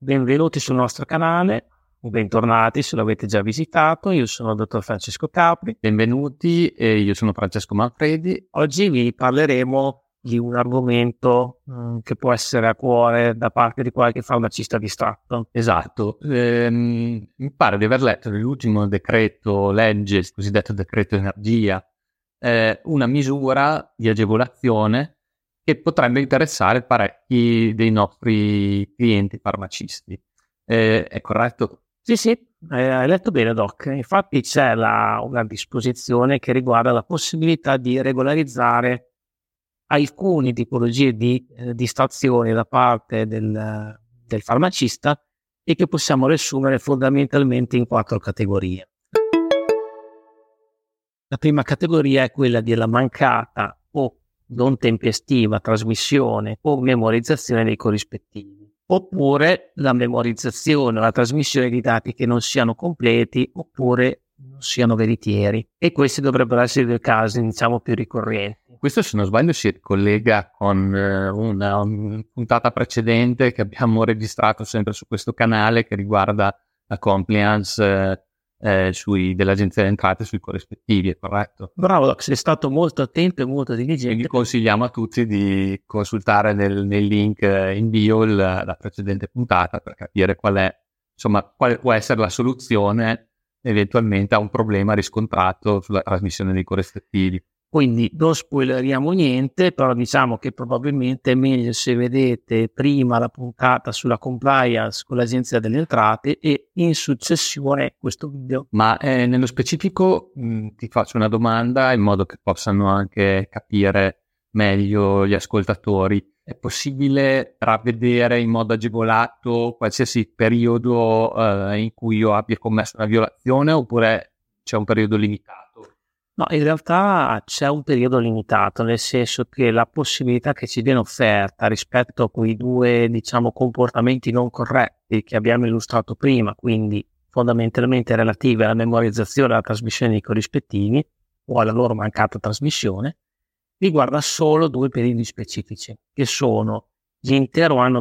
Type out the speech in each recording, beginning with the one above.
Benvenuti sul nostro canale, bentornati se l'avete già visitato. Io sono il dottor Francesco Capri. Benvenuti, io sono Francesco Manfredi. Oggi vi parleremo di un argomento che può essere a cuore da parte di qualche farmacista distratto. Esatto, mi pare di aver letto nell'ultimo decreto legge, il cosiddetto decreto energia, una misura di agevolazione che potrebbe interessare parecchi dei nostri clienti farmacisti. È corretto? Sì, hai letto bene, Doc. Infatti c'è una disposizione che riguarda la possibilità di regolarizzare alcune tipologie di distrazioni da parte del farmacista e che possiamo riassumere fondamentalmente in 4 categorie. La prima categoria è quella della mancata o non tempestiva trasmissione o memorizzazione dei corrispettivi, oppure la memorizzazione o la trasmissione di dati che non siano completi oppure non siano veritieri, e questi dovrebbero essere dei casi, diciamo, più ricorrenti. Questo, se non sbaglio, si collega con una puntata precedente che abbiamo registrato sempre su questo canale, che riguarda la compliance dell'Agenzia delle Entrate sui corrispettivi, è corretto? Bravo, Doc, sei stato molto attento e molto diligente. Quindi consigliamo a tutti di consultare nel link in bio la precedente puntata per capire quale può essere la soluzione eventualmente a un problema riscontrato sulla trasmissione dei corrispettivi. Quindi non spoileriamo niente, però diciamo che probabilmente è meglio se vedete prima la puntata sulla compliance con l'Agenzia delle Entrate e in successione questo video. Ma nello specifico ti faccio una domanda in modo che possano anche capire meglio gli ascoltatori. È possibile prevedere in modo agevolato qualsiasi periodo in cui io abbia commesso una violazione, oppure c'è un periodo limitato? No, in realtà c'è un periodo limitato, nel senso che la possibilità che ci viene offerta rispetto a quei due, diciamo, comportamenti non corretti che abbiamo illustrato prima, quindi fondamentalmente relativi alla memorizzazione e alla trasmissione dei corrispettivi o alla loro mancata trasmissione, riguarda solo 2 periodi specifici, che sono l'intero anno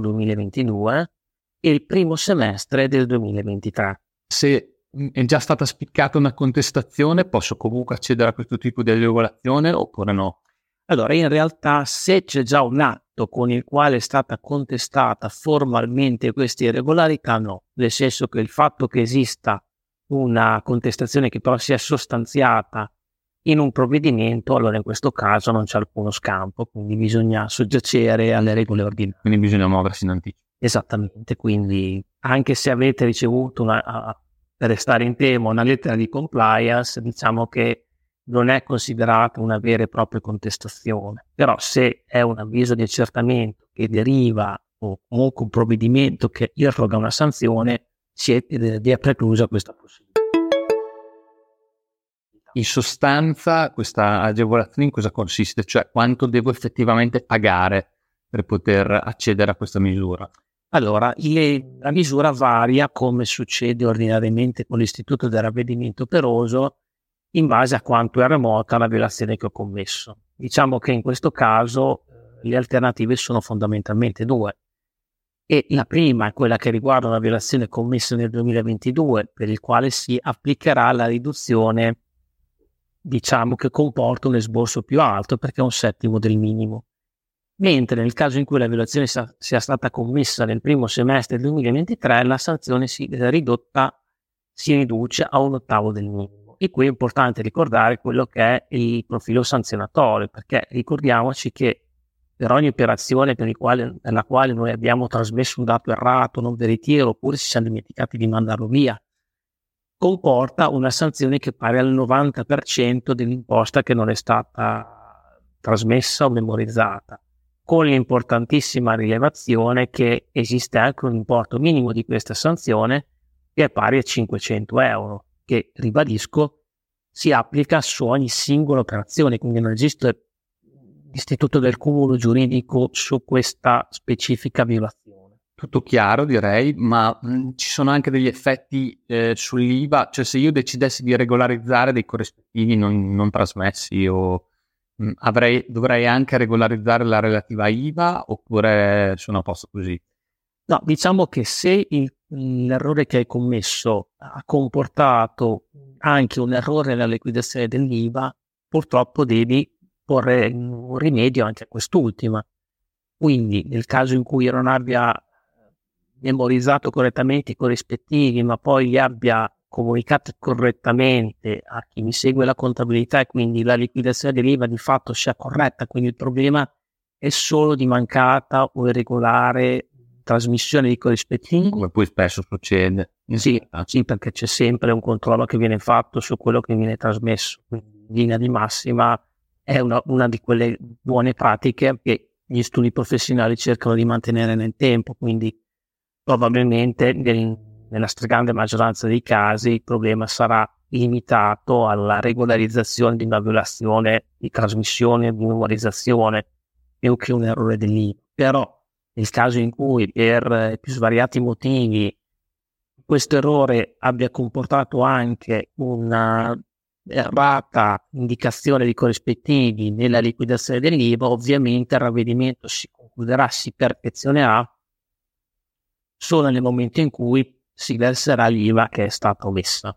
2022 e il primo semestre del 2023. Se è già stata spiccata una contestazione, posso comunque accedere a questo tipo di agevolazione oppure no? Allora, in realtà, se c'è già un atto con il quale è stata contestata formalmente questa irregolarità, no. Nel senso che il fatto che esista una contestazione che però sia sostanziata in un provvedimento, allora in questo caso non c'è alcuno scampo, quindi bisogna soggiacere alle regole ordinarie. Quindi bisogna muoversi in anticipo. Esattamente, quindi anche se avete ricevuto per restare in tema una lettera di compliance, diciamo che non è considerata una vera e propria contestazione, però se è un avviso di accertamento che deriva o comunque un provvedimento che irroga una sanzione, è preclusa questa possibilità. In sostanza, questa agevolazione in cosa consiste? Cioè, quanto devo effettivamente pagare per poter accedere a questa misura? Allora, la misura varia, come succede ordinariamente con l'istituto del ravvedimento operoso, in base a quanto è remota la violazione che ho commesso. Diciamo che in questo caso le alternative sono fondamentalmente 2. E la prima è quella che riguarda una violazione commessa nel 2022, per il quale si applicherà la riduzione, diciamo, che comporta un esborso più alto perché è 1/7 del minimo. Mentre nel caso in cui la violazione sia stata commessa nel primo semestre del 2023, la sanzione si riduce a 1/8 del minimo. E qui è importante ricordare quello che è il profilo sanzionatorio, perché ricordiamoci che per ogni operazione per la quale noi abbiamo trasmesso un dato errato, non veritiero, oppure ci siamo dimenticati di mandarlo via, comporta una sanzione che pari al 90% dell'imposta che non è stata trasmessa o memorizzata, con l'importantissima rilevazione che esiste anche un importo minimo di questa sanzione che è pari a 500 euro, che, ribadisco, si applica su ogni singola operazione, quindi non esiste l'istituto del cumulo giuridico su questa specifica violazione. Tutto chiaro, direi, ma ci sono anche degli effetti sull'IVA, cioè se io decidessi di regolarizzare dei corrispettivi non trasmessi o dovrei anche regolarizzare la relativa IVA, oppure sono a posto così? No, diciamo che se l'errore che hai commesso ha comportato anche un errore nella liquidazione dell'IVA, purtroppo devi porre un rimedio anche a quest'ultima. Quindi nel caso in cui io non abbia memorizzato correttamente i corrispettivi, ma poi li abbia comunicati correttamente a chi mi segue la contabilità e quindi la liquidazione dell'IVA di fatto sia corretta, quindi il problema è solo di mancata o irregolare trasmissione di corrispettivi. Come poi spesso succede. Sì, perché c'è sempre un controllo che viene fatto su quello che viene trasmesso. Quindi, in linea di massima è una di quelle buone pratiche che gli studi professionali cercano di mantenere nel tempo, quindi probabilmente nella stragrande maggioranza dei casi il problema sarà limitato alla regolarizzazione di una violazione di trasmissione, di memorizzazione, più che un errore dell'IVA. Però nel caso in cui per più svariati motivi questo errore abbia comportato anche una errata indicazione di corrispettivi nella liquidazione dell'IVA, ovviamente il ravvedimento si concluderà, si perfezionerà solo nel momento in cui si verserà l'IVA che è stata omessa.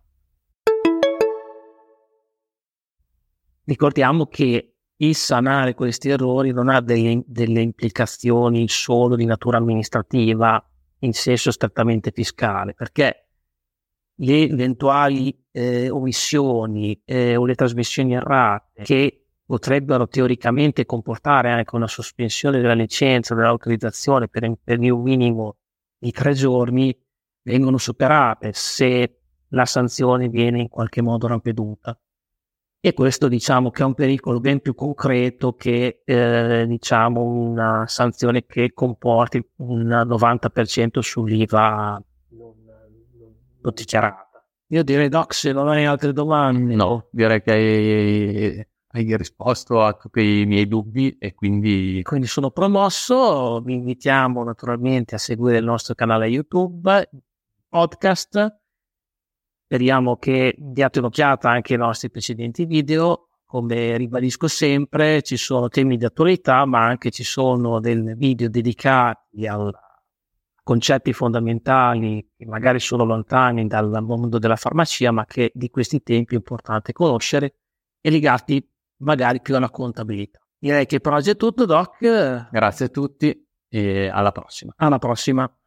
Ricordiamo che il sanare questi errori non ha delle implicazioni solo di natura amministrativa in senso strettamente fiscale, perché le eventuali omissioni o le trasmissioni errate che potrebbero teoricamente comportare anche una sospensione della licenza o dell'autorizzazione per un minimo di 3 giorni vengono superate se la sanzione viene in qualche modo ravveduta. E questo diciamo che è un pericolo ben più concreto che diciamo una sanzione che comporti un 90% sull'IVA non dichiarata. Io direi, Doc, se non hai altre domande. No, direi che hai risposto a tutti i miei dubbi e quindi sono promosso. Vi invitiamo naturalmente a seguire il nostro canale YouTube, podcast. Speriamo che diate un'occhiata anche ai nostri precedenti video. Come ribadisco sempre, ci sono temi di attualità, ma anche ci sono dei video dedicati a concetti fondamentali che magari sono lontani dal mondo della farmacia, ma che di questi tempi è importante conoscere e legati magari più alla contabilità. Direi che per oggi è tutto, Doc. grazie a tutti e alla prossima. Alla prossima.